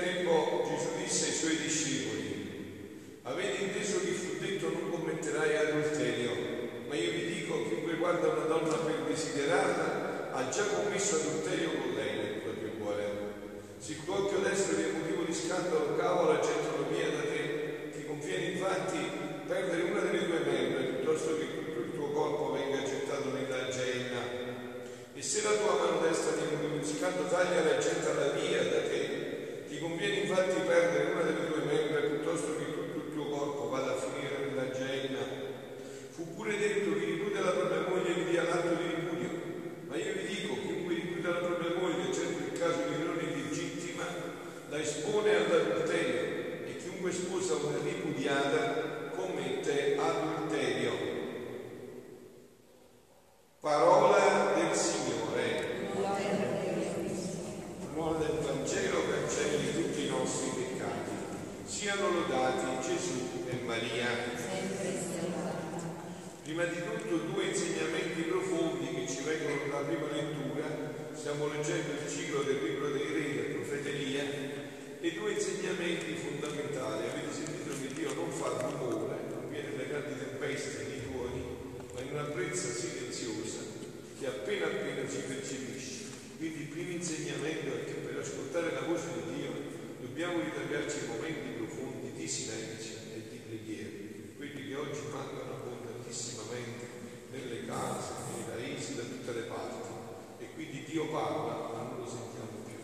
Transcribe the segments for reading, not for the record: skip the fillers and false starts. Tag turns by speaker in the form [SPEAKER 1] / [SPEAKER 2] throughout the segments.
[SPEAKER 1] tempo Gesù disse ai suoi discepoli: avete inteso che fu detto non commetterai adulterio, ma io vi dico, chiunque guarda una donna per desiderarla ha già commesso adulterio con lei nel proprio cuore. Se il tuo occhio destro è motivo di scandalo, cavola, gettalo via da te. Ti conviene infatti perdere una delle tue membra piuttosto che tutto il tuo corpo venga gettato nella genna. E se la tua mano destra ti è motivo di scandalo, tagliala e gettala via da te. Ti conviene infatti perdere una delle tue membra piuttosto che tutto il tuo corpo vada a finire nella genna. Fu pure detto: chi ripudia la propria moglie vi dia l'atto di ripudio. Ma io vi dico, chiunque ripudia la propria moglie, certo il caso di non illegittima, la espone all'adulterio, e chiunque sposa una ripudiata commette adulterio. Parola del Signore. L'uomo del Vangelo cancelli tutti i nostri peccati. Siano lodati Gesù e Maria. Prima di tutto due insegnamenti profondi che ci vengono dalla prima lettura. Stiamo leggendo il ciclo del libro dei re del profeta Elia, e due insegnamenti fondamentali. Avete sentito che Dio non fa rumore, non viene le grandi tempeste nei tuoni, ma in una brezza silenziosa che appena appena si percepisce. Quindi il primo insegnamento è che per ascoltare la voce di Dio dobbiamo ritagliarci momenti profondi di silenzio e di preghiera, quelli che oggi mancano abbondantissimamente nelle case, nei paesi, da tutte le parti. E quindi Dio parla, ma non lo sentiamo più.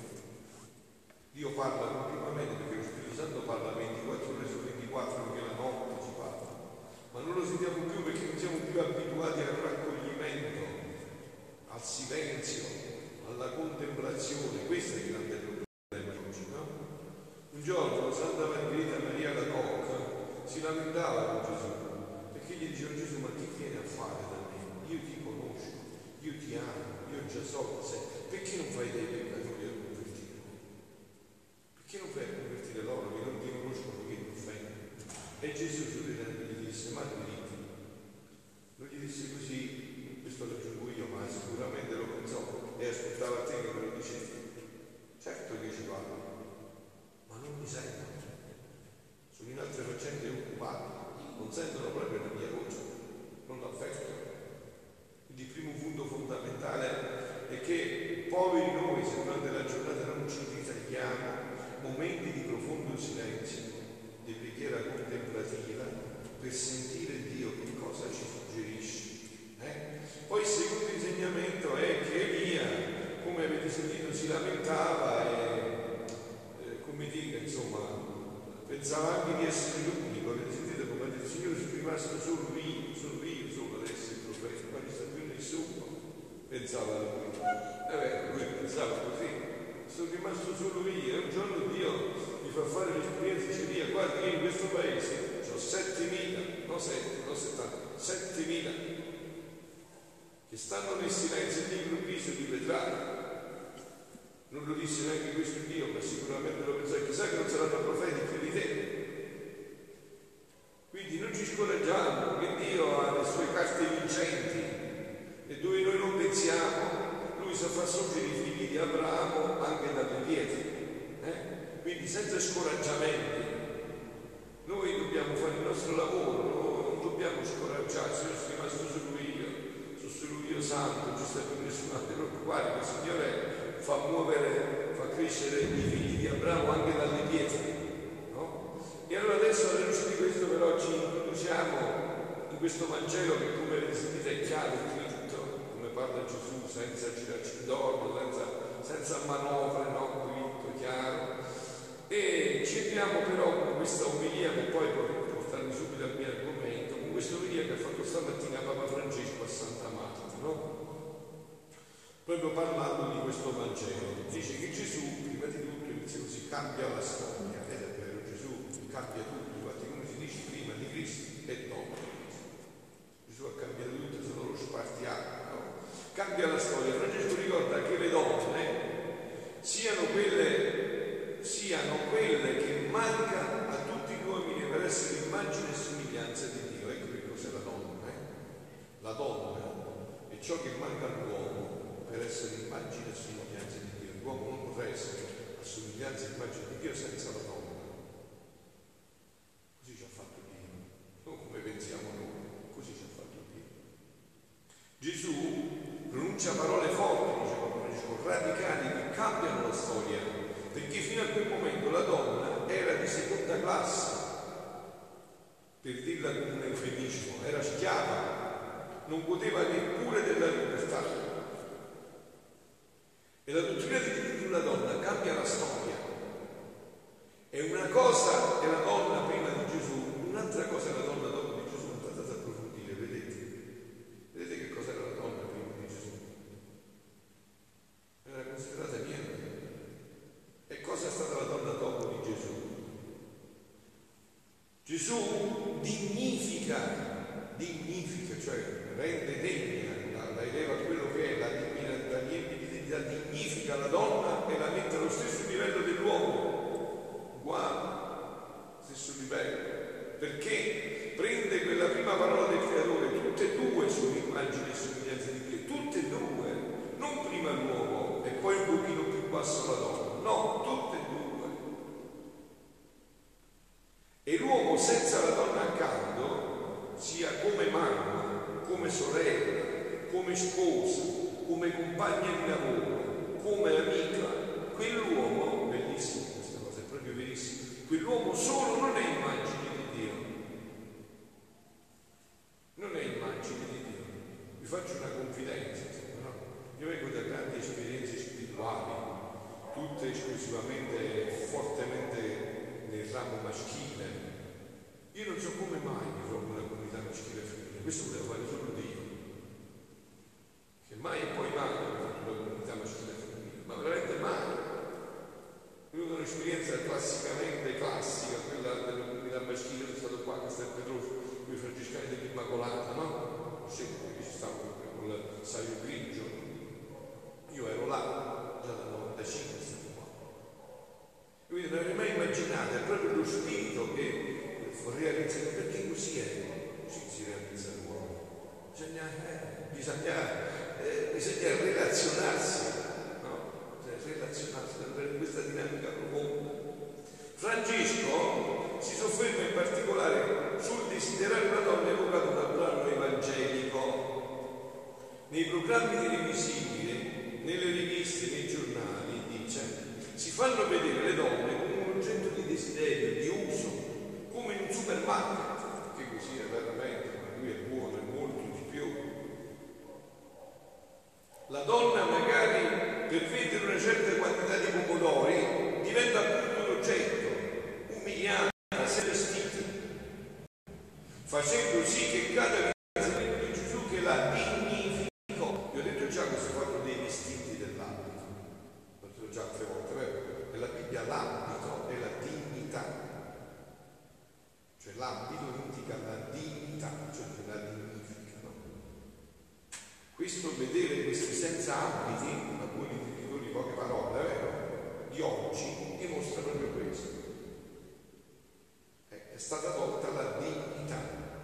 [SPEAKER 1] Dio parla continuamente, perché lo Spirito Santo parla 24 ore su 24, perché la notte ci parla, ma non lo sentiamo più perché non siamo più abituati al raccoglimento, al silenzio, alla contemplazione. Questo è il grande problema oggi, no? Un giorno Santa Margherita Maria la Coque si lamentava con Gesù, perché gli diceva: Gesù, ma che vieni a fare da me? Io ti conosco, io ti amo, io già so sei. Perché non fai dei peccatori a convertire? Perché non fai a convertire loro che non ti conoscono, che ti offendono? E Gesù sorridendo gli disse: Margherita, non gli disse così, questo lo aggiungo io, ma sicuramente lo pensò e aspettava a te che me lo dicevi. Certo che ci parlo, ma non mi sentono, sono in altre faccende occupate, non sentono proprio la mia voce, non l'avvertono. Quindi il primo punto fondamentale è che poveri noi, se durante la giornata non ci ritagliamo momenti di profondo silenzio, di preghiera contemplativa, per sentire Dio che cosa ci suggerisce. Poi il secondo insegnamento è che Elia, come avete sentito, si lamentava e come dire, insomma, pensava anche di essere l'unico. Avete sentito come ha detto: Signore, sono rimasto solo io solo ad essere il profeta, non ci sta più nessuno. Pensava lui. Lui pensava così: sono rimasto solo io. E un giorno Dio mi fa fare l'esperienza, dice: Elia, guarda, io in questo paese ho 7.000, non 7, non 70, 7.000 che stanno nel silenzio, e all'improvviso li vedrai. Non lo disse neanche questo Dio, ma sicuramente lo pensò: chissà che non saranno profeti più di te. Quindi non ci scoraggiamo, che Dio ha le sue carte vincenti, e dove noi non pensiamo, Lui sa far sorgere i figli di Abramo anche dalle pietre. Quindi senza scoraggiamenti. Noi dobbiamo fare il nostro lavoro, non dobbiamo scoraggiarci. Io sono rimasto solo io santo, non ci sta più nessuno a preoccupare, che il Signore fa muovere, fa crescere i figli di Abramo anche dalle pietre, no? E allora adesso, alla luce di questo, però ci introduciamo in questo Vangelo che, come avete sentito, è chiaro e dritto, come parla Gesù, senza girarci intorno, senza manovre, no? Dritto, chiaro. E ci abbiamo però con questa omelia, che poi portarmi subito al mio argomento, con questa omelia che ha fatto stamattina Papa Francesco a Santa Marta, no? Proprio parlando di questo Vangelo, dice che Gesù, prima di tutto, inizia così: cambia la storia. Ed è vero, Gesù cambia tutto, infatti, come si dice prima di Cristo e dopo Cristo. Gesù ha cambiato tutto, è stato lo spartiacque, no? Cambia la storia. Francesco ricorda che le donne siano quelle che manca a tutti gli uomini per essere immagine e somiglianza di Dio. Ecco che cos'è la donna. La donna è ciò che manca all'uomo per essere immagine e somiglianza di Dio. L'uomo non potrà essere a somiglianza e immagine di Dio senza la donna. Così ci ha fatto Dio, non come pensiamo noi, così ci ha fatto Dio. Gesù pronuncia parole forti, diciamo, radicali, che cambiano la storia, perché fino a quel momento la donna era di seconda classe, per dirla con un eufemismo, era schiava, non godeva neppure della libertà. E la dottrina di Dio di una donna cambia la storia. E una cosa è la donna prima di Gesù, un'altra cosa è la donna dopo di Gesù. Non andate ad approfondire, vedete che cosa era la donna prima di Gesù? Era considerata niente. E cosa è stata la donna dopo di Gesù? Dignifica, cioè rende degna, la eleva quello che è, la dignifica la donna e la mette allo stesso livello dell'uomo, uguale, stesso livello, perché prende quella prima parola del creatore, tutte e due sono immagini e somiglianze di Dio, tutte e due, non prima l'uomo e poi un pochino più basso la donna, no, tutte e due. E l'uomo senza la donna accanto, sia come mamma, come sorella, come sposa, come compagna di lavoro, come amica, quell'uomo, bellissimo questa cosa, è proprio verissimo, quell'uomo solo non è immagine di Dio. Non è immagine di Dio. Vi faccio una confidenza, no? Io vengo da grandi esperienze spirituali, tutte esclusivamente, fortemente nel ramo maschile. Io non so come mai mi trovo una comunità maschile e femminile, questo voleva fare solo Dio. Che mai e poi mai ho fatto una comunità maschile e femminile, ma veramente mai. Ho avuto un'esperienza classicamente classica, quella della comunità maschile, sono stato qua a Castelpetroso, con i francescani dell'Immacolata, no? Sempre che ci stavo con il saio grigio. Io ero là, già dal 95 stavo qua. Quindi non avrei mai immaginato, è proprio lo spirito che realizza, perché così è, così si realizza l'uomo. Bisogna relazionarsi, no? Relazionarsi per questa dinamica profonda. Francesco si sofferma in particolare sul desiderare una donna evocato dal brano evangelico. Nei programmi televisivi, nelle riviste, nei giornali, dice, si fanno vedere le donne come un oggetto di desiderio, di uso, come in un supermarket, che così è veramente, ma lui è buono, è molto di più. La donna magari per vendere una certa quantità di pomodori diventa appunto un oggetto, umiliata, se vestiti, facendo sì che cada l'insegnamento di Gesù che la dignificò. Vi ho detto già questo fatto dei vestiti dell'abito, l'ho detto già altre volte, vero? Nella Bibbia l'abito è la dignità. Cioè l'abito indica la dignità, cioè la dignifica, no? Questo vedere questi senza abiti, alcuni imprenditori di poche parole, vero? Di oggi dimostra proprio questo. È stata tolta la dignità.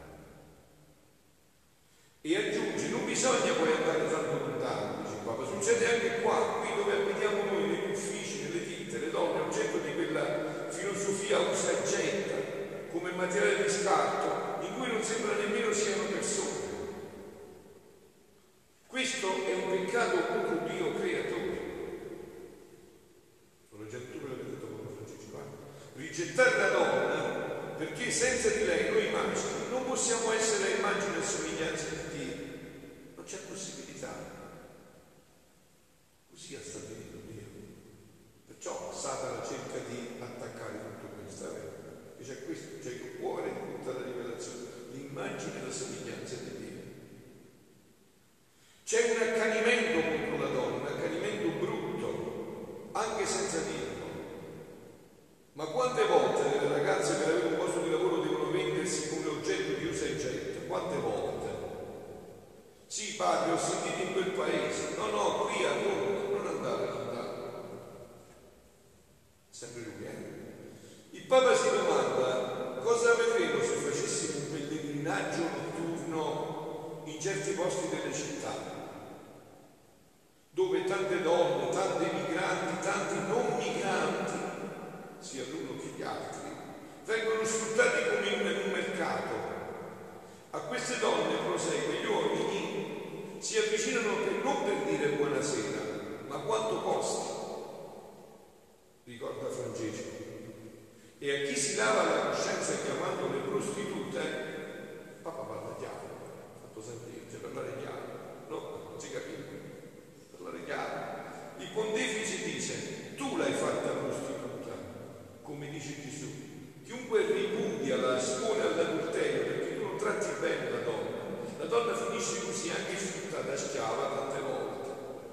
[SPEAKER 1] E aggiunge, non bisogna poi andare tanto lontano, dice Papa, succede anche qua, qui dove abitiamo noi, negli uffici, nelle ditte, le donne oggetto di quella filosofia usa e getta, come materiale di scarto, in cui non sembra nemmeno siano persone. Questo è un peccato contro Dio creatore. Sono già tu l'avete detto con Francesco. Rigettare la donna, perché senza di lei noi maschi non possiamo essere immagine e somiglianza di Dio. Non c'è possibilità. Così ha stabilito Dio. Perciò Satana cerca di attaccare tutto questo, e c'è questo, c'è il cuore di tutta la rivelazione, l'immagine e la somiglianza di Dio. C'è un accanimento contro la donna, un accanimento brutto, anche senza dirlo. Ma quante volte le ragazze per avere un posto di lavoro devono vendersi come oggetto di usa e getta? Quante volte? Sì, padre, ho sentito in quel paese. No, qui a Roma, non andare. Sempre lui, Il Papa si domanda cosa vedremo se facessimo un pellegrinaggio notturno in certi posti delle città, dove tante donne, tanti migranti, tanti non migranti sia l'uno che gli altri, vengono sfruttati come in un mercato. A queste donne, prosegue, gli uomini si avvicinano non per dire buonasera, ma quanto costa, ricorda Francesco. E a chi si lava la coscienza chiamandole prostitute, papà parla chiaro, fatto sentire, cioè parlare chiaro, no? Non si capisce, parlare chiaro. Il pontefice dice, tu l'hai fatta prostituta, come dice Gesù. Chiunque ripudia, la espone all'adulterio, perché tu non tratti bene la donna finisce così, anche sfruttata, schiava tante volte.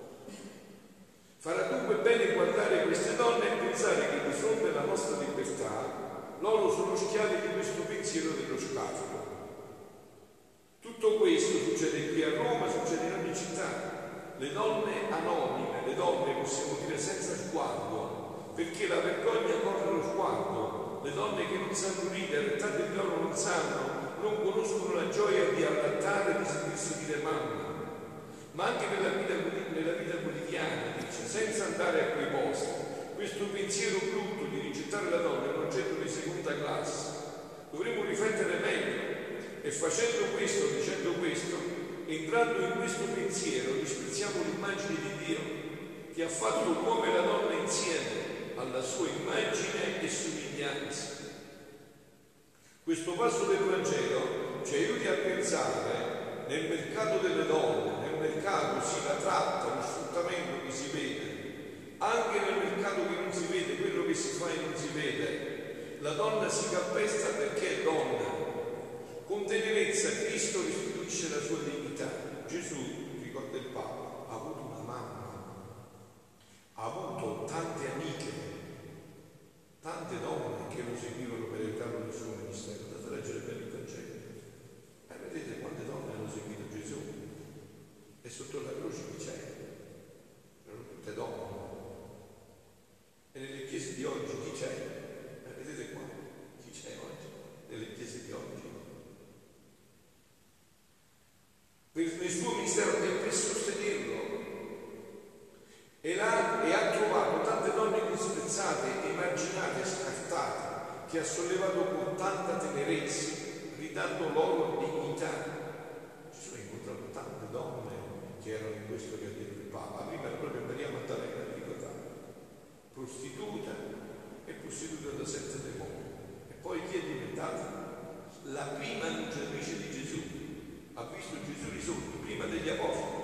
[SPEAKER 1] Farà dunque bene guardare queste donne e pensare che di fronte alla nostra libertà loro sono schiavi di questo pensiero dello scafo. Tutto questo succede qui a Roma, succede in ogni città. Le donne anonime, le donne possiamo dire senza sguardo, perché la vergogna corre lo sguardo. Le donne che non sanno ridere, tante di loro non conoscono la gioia di allattare, di sentirsi dire mamma. Ma anche nella vita quotidiana, dice, senza andare a quei posti, questo pensiero brutto di rigettare la donna è un oggetto di seconda classe. Dovremmo riflettere meglio e facendo questo, dicendo questo, entrando in questo pensiero, disprezziamo l'immagine di Dio che ha fatto l'uomo e la donna insieme alla sua immagine e somiglianza. Questo passo del Vangelo ci aiuta a pensare nel mercato delle donne, nel mercato sì, la tratta, lo sfruttamento che si vede, anche nel mercato che non si vede, quello che si fa e non si vede. La donna si calpesta perché è donna. Con tenerezza Cristo restituisce la sua dignità. Gesù, ricorda il Papa, ha avuto una mamma, ha avuto tante amiche, tante donne che lo seguivano per aiutarlo nel suo ministero. Andate a leggere bene il Vangelo. Vedete quante donne hanno seguito Gesù? E sotto la croce chi c'è? Erano tutte donne. E nelle chiese di oggi chi c'è? Vedete qua, chi c'è oggi? Nelle chiese di oggi. Nel suo ministero per sostenerlo. E ha trovato tante donne disprezzate, emarginate, scartate, che ha sollevato con tanta tenerezza, ridando loro dignità. Gesù ha incontrato tante donne che erano in questo che ha detto il Papa. Prima era proprio Maria Maddalena, prostituta e prostituta da 7 demoni. E poi chi è diventata? La prima annunciatrice di Gesù. Ha visto Gesù risorto prima degli apostoli.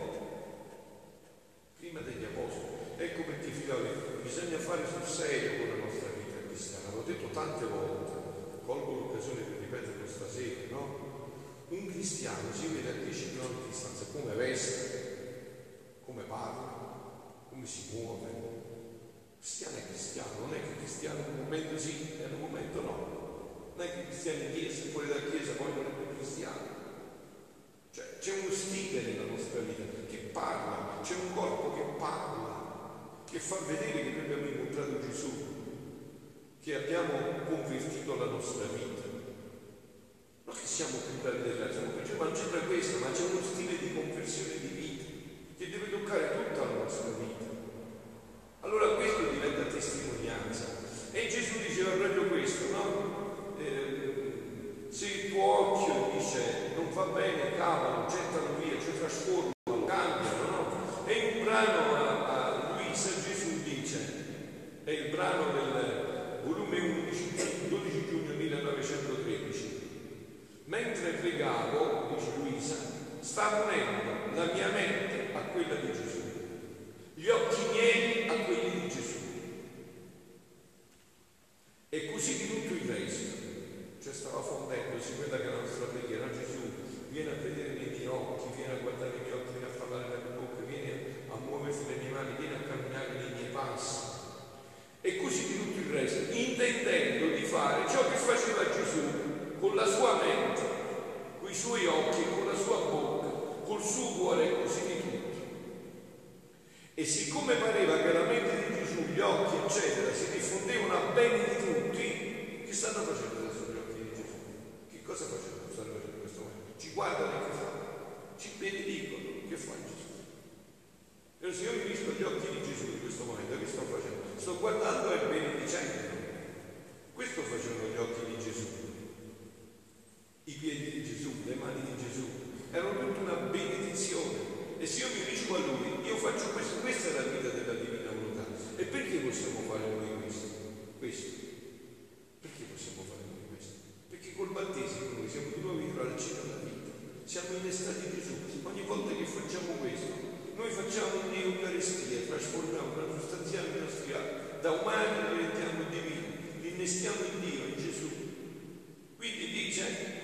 [SPEAKER 1] Prima degli apostoli. Ecco perché, figlioli, bisogna fare sul serio con la nostra vita cristiana. L'ho detto tante volte, colgo l'occasione per ripeterlo stasera, no? Un cristiano si vede a 10 km di distanza come veste, come parla, come si muove. Cristiano è cristiano, non è che cristiano in un momento sì e in un momento no. Non è che cristiano in chiesa, fuori dalla chiesa poi non è più cristiano. Cioè c'è uno stile nella nostra vita che parla, c'è un corpo che parla, che fa vedere che noi abbiamo incontrato Gesù, che abbiamo convertito la nostra vita. Non che siamo più belli dell'altro, ma non c'entra questo, ma c'è uno stile di conversione di vita che deve toccare tutta la nostra vita. Allora questo diventa testimonianza. E Gesù diceva proprio questo, no? Se il tuo occhio dice non va bene, cavalo, gettalo via, cioè trasformalo, cambialo, no? E un brano a Luisa Gesù dice, è il brano del volume 11, 12 giugno 1913. Mentre pregavo, dice Luisa, sta unendo la mia mente a quella di Gesù, gli occhi miei a quelli di Gesù, e così di tutto il resto. Cioè stava fondendosi quella che è la nostra preghiera. Gesù, vieni a vedere nei miei occhi, vieni a guardare i miei occhi, vieni a parlare nella mia bocca, vieni a muoversi le mie mani, vieni a camminare nei miei passi, e così di tutto il resto, intendendo di fare ciò che faceva Gesù con la sua mente, con i suoi occhi, con la sua bocca, col suo cuore, e così di tutto. E siccome pareva che la mente di Gesù, gli occhi eccetera si diffondevano a bene di tutti, che stanno facendo adesso gli occhi di Gesù? Che cosa stanno facendo in questo momento? Ci guardano e che fanno? Ci benedicono. Che fa Gesù? E se io mi visto gli occhi di Gesù in questo momento, che sto facendo? Sto guardando e benedicendo. l'Eucaristia trasformiamo, trassostanziamo i nostri atti, da umani diventiamo divini, li innestiamo in Dio, in Gesù. Quindi dice,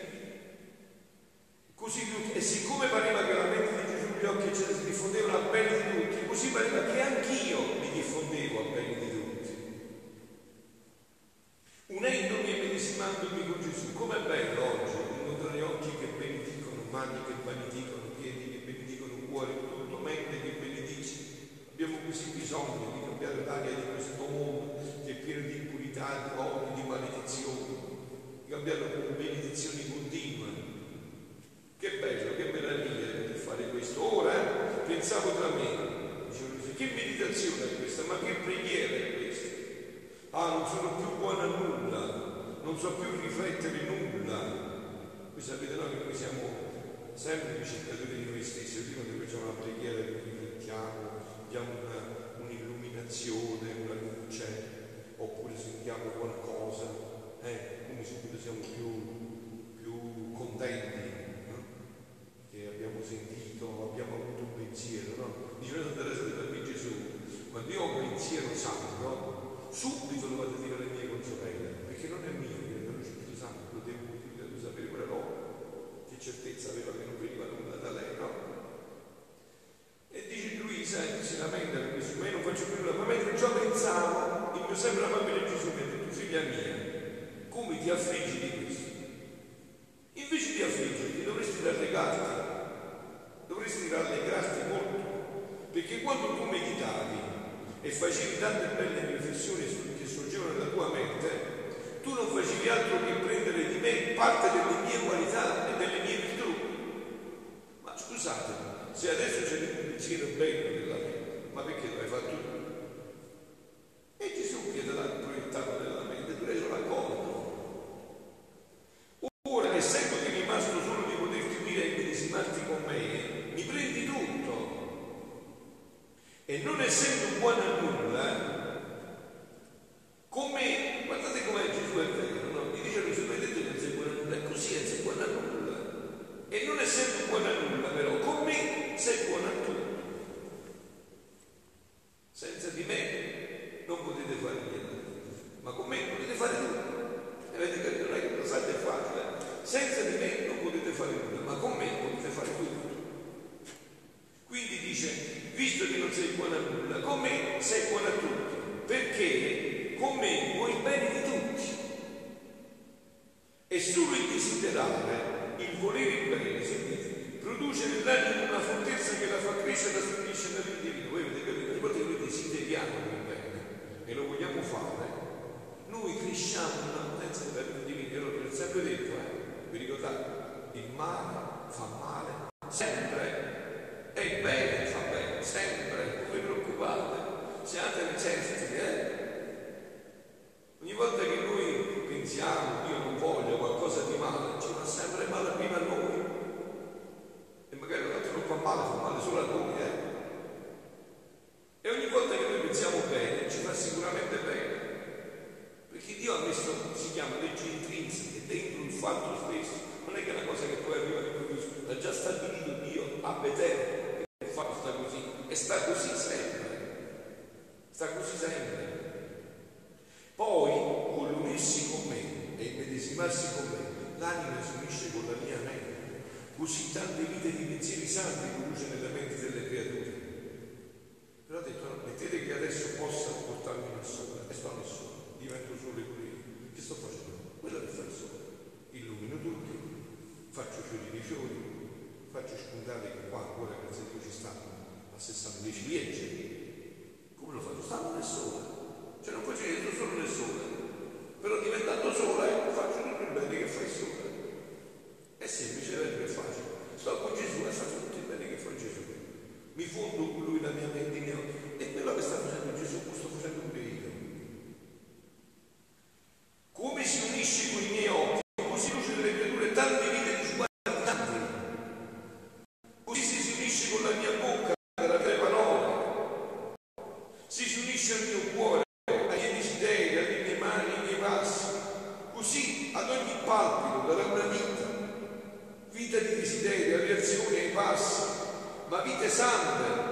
[SPEAKER 1] così tutti, e siccome pareva che la mente di Gesù gli occhi eccetera si diffondevano a bene di tutti, così pareva che anch'io mi diffondevo a bene di tutti, unendomi e medesimandomi con Gesù. Com'è bello oggi incontrare occhi che benedicono, mani che benedicono, piedi che benedicono, cuore, tutto, mente che benedice. Abbiamo così bisogno di cambiare l'aria di questo mondo che è pieno di impurità, di odio, di maledizioni, di cambiarlo con benedizioni continue. Che bello, che meraviglia poter fare questo. Ora pensavo tra me, dicevo, che meditazione è questa, ma che preghiera è questa? Non sono più buono a nulla, non so più riflettere nulla. Voi sapete no, che noi siamo sempre ricercatori di noi stessi. Prima noi facciamo una preghiera che riflettiamo, diamo un'illuminazione, una luce, oppure sentiamo qualcosa, come subito siamo più contenti, no? Che abbiamo sentito, abbiamo avuto un pensiero, no? Dice Santa Teresa del Bambino Gesù, quando io ho un pensiero santo, subito lo vado a dire alle mie consorelle, perché non è mio, è dello Spirito Santo, lo devo sapere quella roba. Che certezza aveva che non veniva nulla da lei, no? E dice Luisa, si lamenta per questo, ma io non faccio più nulla, ma mentre già pensavo, il mio sempre amabile Gesù mi ha detto, figlia mia, come ti affliggi di questo? Invece di affliggerti dovresti rallegrarti molto, perché quando tu meditavi e facevi tante belle riflessioni che sorgevano nella tua mente, tu non facevi altro che prendere di me parte delle mie qualità e delle mie virtù. Ma scusate, se adesso c'è un pensiero bello nella mente, ma perché lo hai fatto tu? E Gesù che te l'ha proiettato nella mente, tu l'hai solo accolto. Ora, essendo che rimasto solo di poterti unire e medesimarti con me, mi prendi tutto. E non essendo buono a nulla, come, guardate com'è Gesù è vero, no? Mi dice lui, se mi detto che non sei buono a nulla, è così, non sei buono a nulla. E non essendo buono a nulla, però, con me sei buono a tutto. Senza di me non potete fare niente, ma con me potete fare tutto. E avete capito, non è che lo sapete è facile. Senza di me non potete fare nulla, ma con me potete fare tutto. Quindi dice, visto che non sei buono a nulla, con me sei buono a tutti, perché con me vuoi bene di tutti. E solo il desiderare, il volere il bene, sentite, produce nell'animo una fortezza che la fa crescere e la stabilisce nel divino. Voi avete capito? Ogni volta che noi desideriamo il bene e lo vogliamo fare, noi cresciamo in una potenza della vita divina. Io l'ho sempre detto, vi ricordate? Il male fa male sempre, e il bene fa bene sempre. Non vi preoccupate, siate certi, Ogni volta che noi pensiamo, io non voglio qualcosa di male, ci fa sempre male prima a noi. E magari l'altro non fa male solo a noi, E ogni volta che noi pensiamo bene, ci fa sicuramente bene. Perché Dio ha messo, si chiama leggi intrinseche, dentro il fatto stesso. Non è che è una cosa che poi arriva all'improvviso, l'ha già stabilito Dio a vedere che il fatto sta così, e sta così sempre. Sta così sempre. Poi, con l'unirsi con me e il medesimarsi con me, l'anima si unisce con la mia mente. Così tante vite di pensieri santi produce nelle menti delle creature. Però ha detto, no, mettete che adesso possa portarmi nel sole, e sto nel sole, divento sole pure io. Che sto facendo? Quello che fa il sole. Illumino tutti, faccio fiori di fiori, faccio spuntare che qua ancora grazie a Dio ci stanno a 60 ciliegie. Come lo faccio? Stanno nel sole. Cioè non facevo solo nel sole, però diventando sole faccio tutto il bene che fa il sole. È semplice, è facile. Sto con Gesù e faccio tutto il bene che fa Gesù. Mi fondo con lui la mia mente e quello che sta facendo Gesù lo sto facendo pure io. Come si unisce con i miei occhi, così luce delle creature tante vite disuguaglianti. Così si unisce con la mia bocca della tre parole. Si unisce al mio cuore, ai miei desideri, alle mie mani, ai miei passi. Così ad ogni palpito darà una vita di desideri, alle azioni, ai passi, ma vite sante,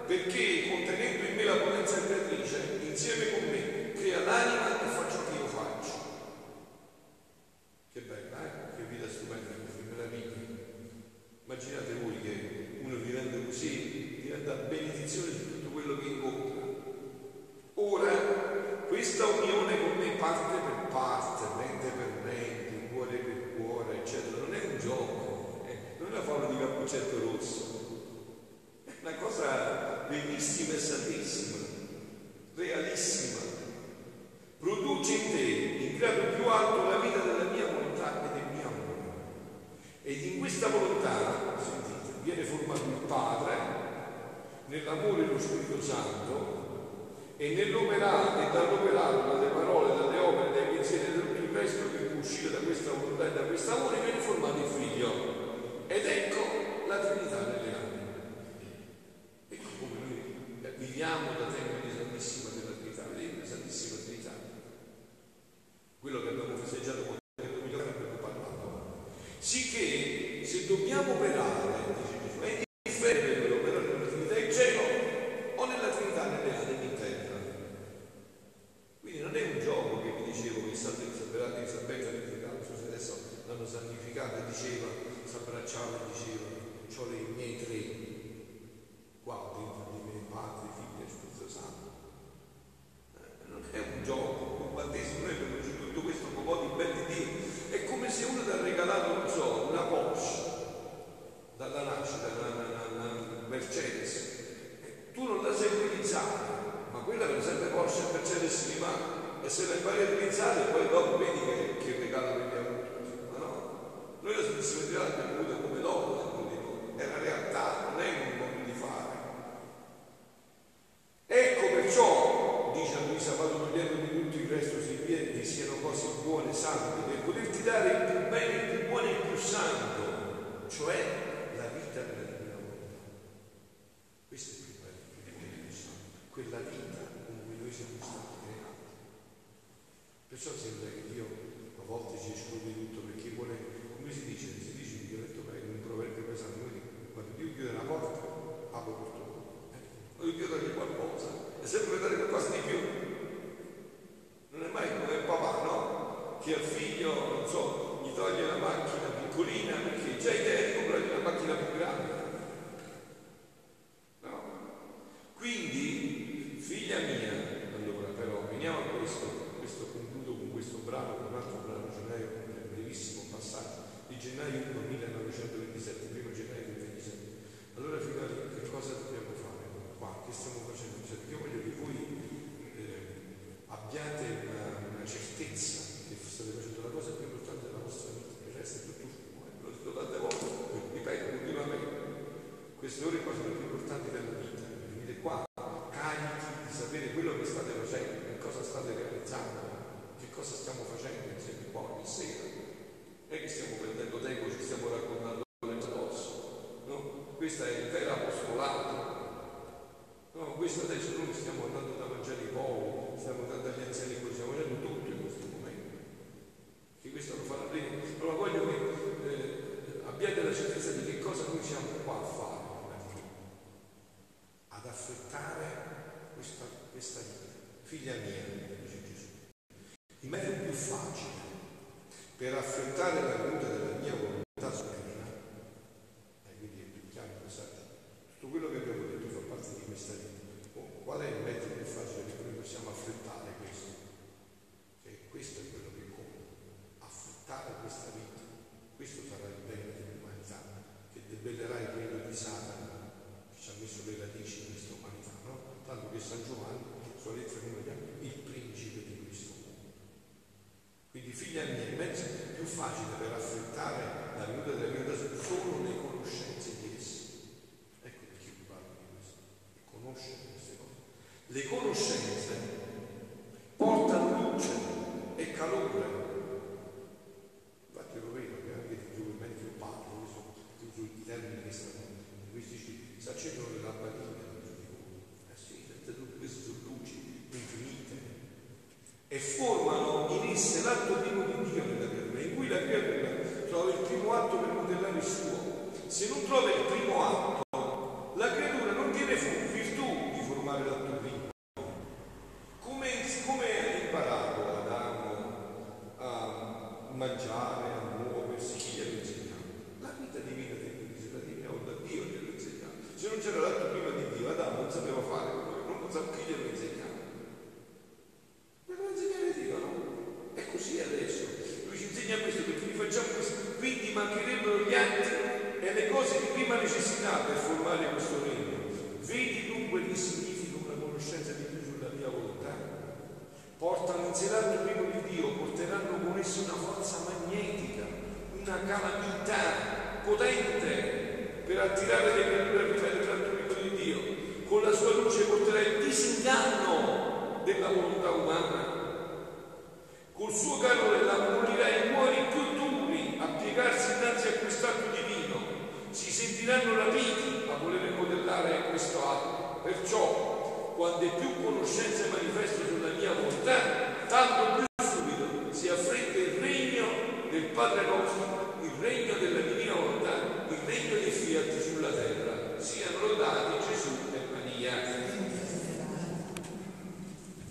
[SPEAKER 1] perché contenendo in me la potenza creatrice, insieme con me, crea l'anima e fa ciò che io faccio. Che bella, che vita stupenda, che meraviglia. Immaginate voi che uno vivendo così diventa benedizione su tutto quello che incontra. Ora, questa unione con me parte per parte, mente per mente, cuore per cuore, eccetera, non è un gioco, non è una favola di Cappuccetto Rosso, è una cosa bellissima e santissima, realissima. Produce in te, in grado più alto, la vita della mia volontà e del mio amore. Ed in questa volontà, sentite, viene formato il Padre, nell'amore dello Spirito Santo, e nell'operare e dall'operare dalle parole, dalle opere, dai pensieri e da tutto il resto che può uscire da questa volontà e da quest'amore, viene formato il Figlio. Ed ecco la Trinità nelle anime. Ecco come noi viviamo da tempi di Santissima della Trinità, vedete la Santissima Trinità. Quello che abbiamo festeggiato quando abbiamo parlato. Sicché se dobbiamo operare, dice Gesù, è indifferente per operare nella Trinità in cielo o nella Trinità nelle anime in terra. Quindi non è un gioco che vi dicevo che Santa Elisabetta non so se adesso l'hanno santificata, diceva, si abbracciava e diceva, c'ho i miei tre qua dentro di me, Padre, Figlio e Spirito Santo. Non è un gioco, un battesimo, noi abbiamo ricevuto tutto questo con un po' di belli Dio. È come se uno ti ha regalato, non so, una Porsche dalla nascita, una Mercedes. Tu non la sai utilizzare, ma quella per esempio Porsche e Mercedes rimane, e se la impari a utilizzare poi dopo vedi che regalo che abbiamo avuto. Ma no, noi la Santissima Trinità l'abbiamo avuta come dono dentro di noi, è la realtà, non è un modo di fare. Ecco perciò, dice a Luisa, vado togliendo di tutto il resto si viene che siano cose buone, sante, per poterti dare il più bene, il più buono e il più santo, cioè la vita della divina volontà. Questo è il più bello, il più buono e il più santo, quella vita con cui noi siamo stati creati. Perciò sembra che Dio a volte ci esclude tutto perché vuole, come si dice in dialetto greco, un proverbio pesante, quando Dio chiude una porta, apre per tutto. Quando Dio toglie qualcosa, è sempre per dare qualcosa di più. Non è mai come il papà, no? Che al figlio, non so, gli toglie la macchina piccolina perché già idea di comprargli una macchina più grande. No? Quindi, figlia mia, allora però, veniamo a questo concludo con questo brano, con un altro brano, gennaio, un brevissimo passaggio, di gennaio 1 1927, 1 gennaio del 27. Allora, figlioli, che cosa dobbiamo fare qua? Che stiamo facendo? Cioè, io voglio che voi abbiate una certezza che state facendo la cosa più importante della vostra vita, il resto è tutto fumo, lo dico tante volte, ripeto continuamente. Queste ore qua sono le più importanti della vita. Venite qua, carichi di sapere quello che state facendo, che cosa state realizzando, che cosa stiamo facendo insieme qua ogni sera. Non è che stiamo perdendo tempo, ci stiamo raccontando addosso, no? Questo è il vero apostolato. No, questo adesso noi stiamo andando da mangiare i poveri, stiamo andando agli anziani, stiamo facendo tutto in questo momento. Che questo lo farà bene. Allora voglio che abbiate la certezza di che cosa noi siamo qua a fare. Ad affrettare questa vita. Figlia mia, dice Gesù, il metodo più facile per affrettare la venuta della mia volontà suprema, quindi è più chiaro il messaggio, tutto quello che abbiamo detto fa parte di questa vita. Qual è il metodo più facile che noi possiamo affrettare questo? Che questo è quello che conta, affrettare questa vita. Questo sarà il bene dell'umanità, che debellerà il regno di Satana, che ci ha messo le radici in questa umanità, no? Tanto che San Giovanni, sua lettera numero 1, il principe di questo mondo. Quindi, figlia mia, il mezzo più facile per affrettare la venuta della venuta sono le conoscenze di essi. Ecco perché vi parlo di questo, conoscere queste cose. Le conoscenze portano luce e calore. Infatti lo vedo che anche mentre io parlo, i termini che stanno in questi cicli, si accendono le lampadine dentro di voi. Sì, tutte queste sono luci infinite e formano in esse l'atto primo di Dio nella creatura, in cui la creatura trova il primo atto per modellare il suo. Se non trova il primo atto, la creatura non tiene virtù mangiare, a muoversi, chi glielo insegnava? La vita divina la divina volontà, Dio glielo insegnava. Se non c'era l'altro prima di Dio, Adamo non sapeva fare quello, non sapeva chi glielo insegnava. Glielo insegnava Dio, no? È così adesso. Lui ci insegna questo perché vi facciamo questo, quindi mancherebbero gli atti e le cose di prima necessità per formare questo regno. Vedi dunque che significa una conoscenza di Dio sulla mia volontà? Portano in sé l'altro primo di Dio, porteranno con esso una forza magnetica, una calamità potente per attirare le creature a ripetere l'altro primo di Dio. Con la sua luce porterà il disinganno della volontà umana. Col suo calore l'ammolirà i cuori più duri a piegarsi innanzi a quest'atto divino. Si sentiranno rapiti a voler modellare questo atto. Perciò, quando è più conoscenza manifesta sulla mia volontà,